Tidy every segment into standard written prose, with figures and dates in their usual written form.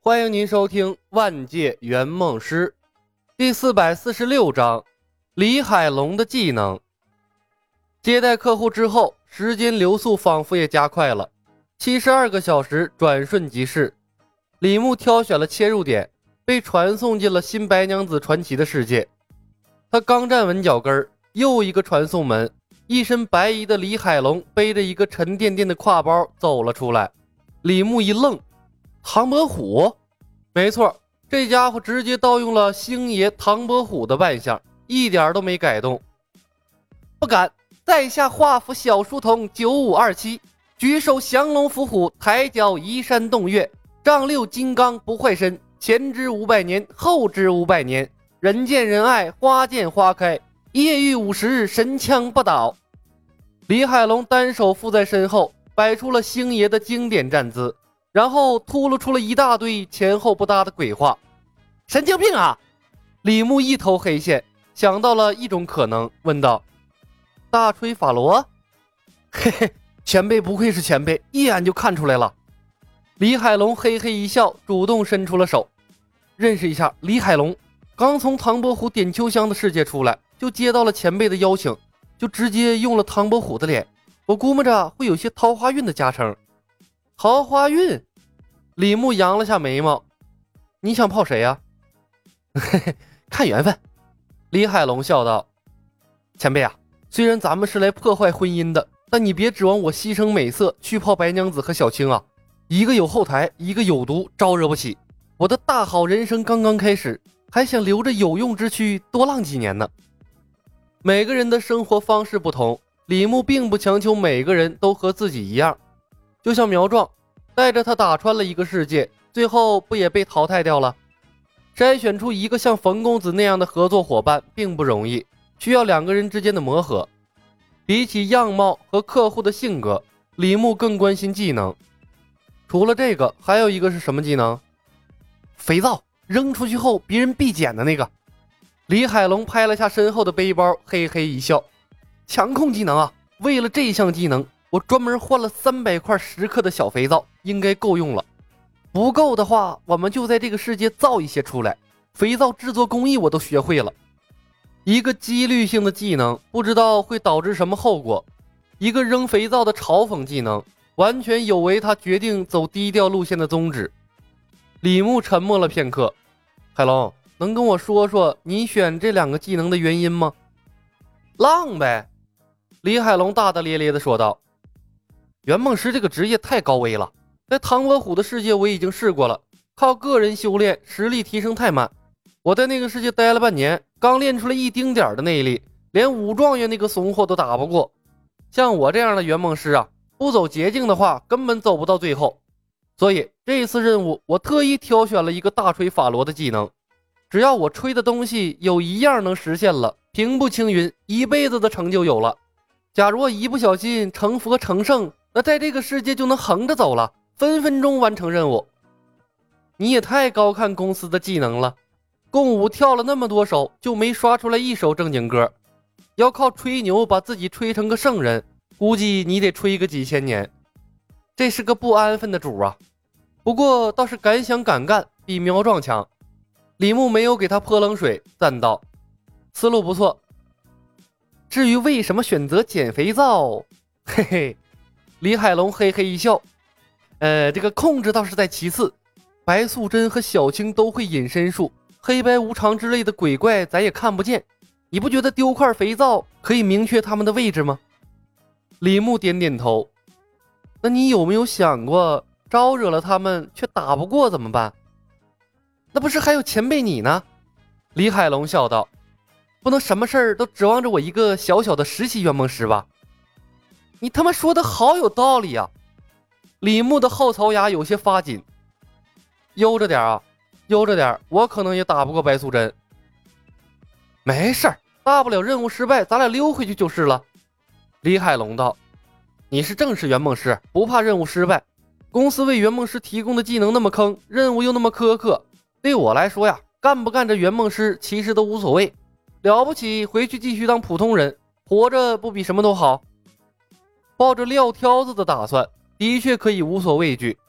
欢迎您收听《万界圆梦师》第446章李海龙的技能。接待客户之后，时间流速仿佛也加快了，72个小时转瞬即逝。李牧挑选了切入点，被传送进了新白娘子传奇的世界。他刚站稳脚跟，又一个传送门，一身白衣的李海龙背着一个沉甸甸的挎包走了出来。李牧一愣，唐伯虎？没错，这家伙直接盗用了星爷唐伯虎的扮相，一点都没改动。不敢，在下画符小书童9527，举手降龙伏虎，抬脚移山动岳，丈六金刚不坏身，前知500年，后知500年，人见人爱，花见花开，夜遇50日，神枪不倒。李海龙单手负在身后，摆出了星爷的经典站姿，然后秃噜出了一大堆前后不搭的鬼话。神经病啊！李牧一头黑线，想到了一种可能，问道：大锤法罗？嘿嘿，前辈不愧是前辈，一眼就看出来了。李海龙嘿嘿一笑，主动伸出了手。认识一下，李海龙刚从唐伯虎点秋香的世界出来，就接到了前辈的邀请，就直接用了唐伯虎的脸，我估摸着会有些桃花运的加成。桃花运？李牧扬了下眉毛，你想泡谁呀？嘿嘿，看缘分。李海龙笑道：前辈啊，虽然咱们是来破坏婚姻的，但你别指望我牺牲美色去泡白娘子和小青啊，一个有后台，一个有毒，招惹不起。我的大好人生刚刚开始，还想留着有用之躯多浪几年呢。每个人的生活方式不同，李牧并不强求每个人都和自己一样。就像苗壮带着他打穿了一个世界，最后不也被淘汰掉了？筛选出一个像冯公子那样的合作伙伴并不容易，需要两个人之间的磨合。比起样貌和客户的性格，李牧更关心技能。除了这个，还有一个是什么技能？肥皂，扔出去后别人必捡的那个。李海龙拍了下身后的背包，嘿嘿一笑。强控技能啊，为了这项技能我专门换了300块10克的小肥皂，应该够用了。不够的话，我们就在这个世界造一些出来。肥皂制作工艺我都学会了。一个几率性的技能，不知道会导致什么后果。一个扔肥皂的嘲讽技能，完全有违他决定走低调路线的宗旨。李牧沉默了片刻，海龙，能跟我说说你选这2个技能的原因吗？浪呗。李海龙大大咧咧地说道。圆梦师这个职业太高危了，在唐伯虎的世界我已经试过了，靠个人修炼实力提升太慢。我在那个世界待了半年，刚练出来一丁点的内力，连武状元那个怂货都打不过。像我这样的圆梦师啊，不走捷径的话根本走不到最后。所以这次任务我特意挑选了一个大锤法罗的技能，只要我吹的东西有一样能实现了，平步青云，一辈子的成就有了。假如我一不小心成佛成圣，那在这个世界就能横着走了，分分钟完成任务。你也太高看公司的技能了，共舞跳了那么多首，就没刷出来一首正经歌。要靠吹牛把自己吹成个圣人，估计你得吹个几千年。这是个不安分的主啊。不过倒是敢想敢干，比苗壮强。李牧没有给他泼冷水，赞道：思路不错。至于为什么选择减肥皂，嘿嘿，李海龙嘿嘿一笑。这个控制倒是在其次，白素贞和小青都会隐身术，黑白无常之类的鬼怪咱也看不见，你不觉得丢块肥皂可以明确他们的位置吗？李牧点点头。那你有没有想过，招惹了他们却打不过怎么办？那不是还有前辈你呢？李海龙笑道。不能什么事儿都指望着我一个小小的实习圆梦师吧？你他妈说的好有道理啊！李牧的后槽牙有些发紧。悠着点啊，悠着点，我可能也打不过白素贞。没事儿，大不了任务失败，咱俩溜回去就是了。李海龙道。你是正式圆梦师，不怕任务失败。公司为圆梦师提供的技能那么坑，任务又那么苛刻，对我来说呀，干不干这圆梦师其实都无所谓。了不起，回去继续当普通人，活着不比什么都好。抱着撂挑子的打算，的确可以无所畏惧。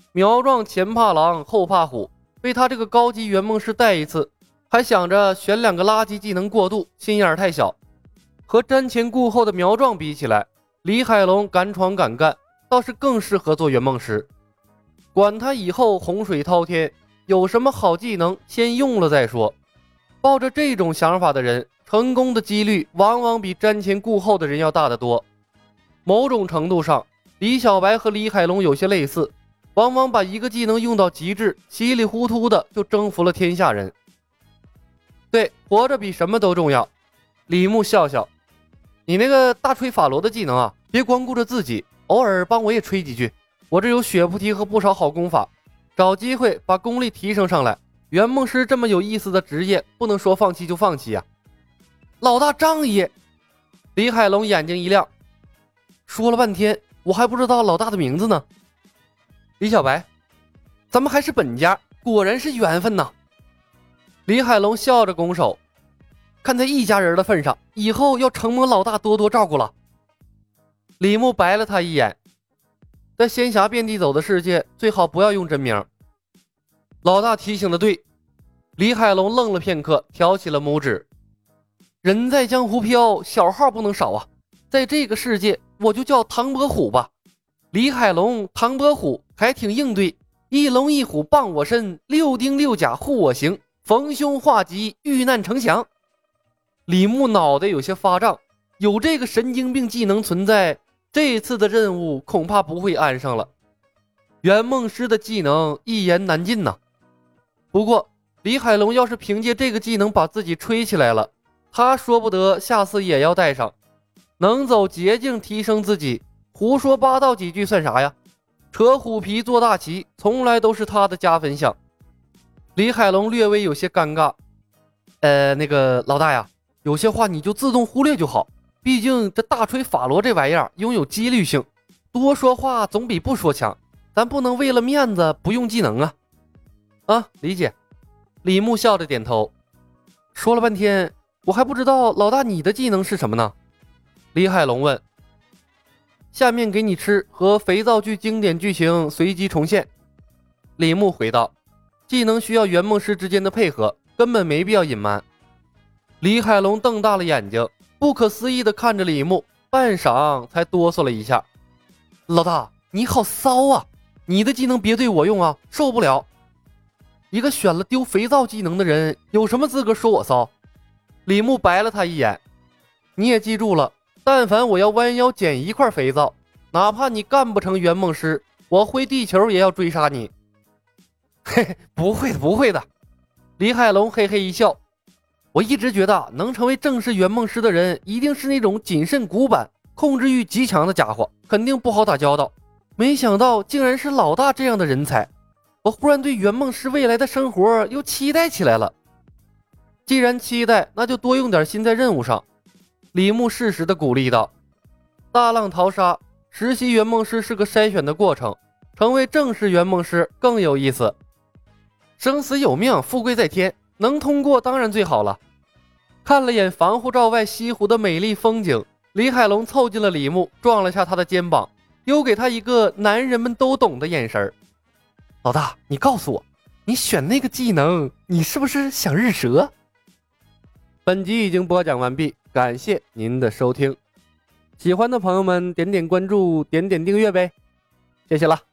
苗壮前怕狼后怕虎，被他这个高级圆梦师带一次，还想着选2个垃圾技能过渡，心眼太小。和瞻前顾后的苗壮比起来，李海龙敢闯敢干，倒是更适合做圆梦师。管他以后洪水滔天，有什么好技能先用了再说。抱着这种想法的人，成功的几率往往比瞻前顾后的人要大得多。某种程度上，李小白和李海龙有些类似，往往把一个技能用到极致，稀里糊涂的就征服了天下人。对，活着比什么都重要。李牧笑笑，你那个大吹法罗的技能啊，别光顾着自己，偶尔帮我也吹几句。我这有血菩提和不少好功法，找机会把功力提升上来。圆梦师这么有意思的职业，不能说放弃就放弃呀。老大仗义！李海龙眼睛一亮，说了半天我还不知道老大的名字呢。李小白，咱们还是本家，果然是缘分呐。李海龙笑着拱手，看在一家人的份上，以后要承蒙老大多多照顾了。李牧白了他一眼，在仙侠遍地走的世界，最好不要用真名。老大提醒的对。李海龙愣了片刻，挑起了拇指。人在江湖飘，小号不能少啊。在这个世界，我就叫唐伯虎吧。李海龙，唐伯虎还挺应对，一龙一虎傍我身，6丁6甲护我行，逢凶化吉，遇难成祥。李牧脑袋有些发胀，有这个神经病技能存在，这次的任务恐怕不会安上了。圆梦师的技能一言难尽呐。不过李海龙要是凭借这个技能把自己吹起来了，他说不得下次也要带上。能走捷径提升自己，胡说八道几句算啥呀？扯虎皮做大旗从来都是他的加分项。李海龙略微有些尴尬，那个老大呀，有些话你就自动忽略就好，毕竟这大吹法罗这玩意儿拥有几率性，多说话总比不说强，咱不能为了面子不用技能啊。啊，理解。李牧笑着点头。说了半天我还不知道老大你的技能是什么呢？李海龙问。下面给你吃和肥皂剧经典剧情随机重现。李牧回道，技能需要圆梦师之间的配合，根本没必要隐瞒。李海龙瞪大了眼睛，不可思议地看着李牧，半晌才哆嗦了一下。老大你好骚啊，你的技能别对我用啊，受不了。一个选了丢肥皂技能的人有什么资格说我骚？李牧白了他一眼，你也记住了，但凡我要弯腰捡一块肥皂，哪怕你干不成圆梦师，我回地球也要追杀你。嘿嘿，不会的不会的。李海龙嘿嘿一笑，我一直觉得能成为正式圆梦师的人一定是那种谨慎古板控制欲极强的家伙，肯定不好打交道，没想到竟然是老大这样的人才，我忽然对圆梦师未来的生活又期待起来了。既然期待，那就多用点心在任务上。李牧适时的鼓励道，大浪淘沙，实习圆梦师是个筛选的过程，成为正式圆梦师更有意思。生死有命，富贵在天，能通过当然最好了。看了眼防护罩外西湖的美丽风景，李海龙凑近了李牧，撞了下他的肩膀，丢给他一个男人们都懂的眼神。老大，你告诉我，你选那个技能，你是不是想日蛇？本集已经播讲完毕，感谢您的收听。喜欢的朋友们点点关注，点点订阅呗，谢谢了。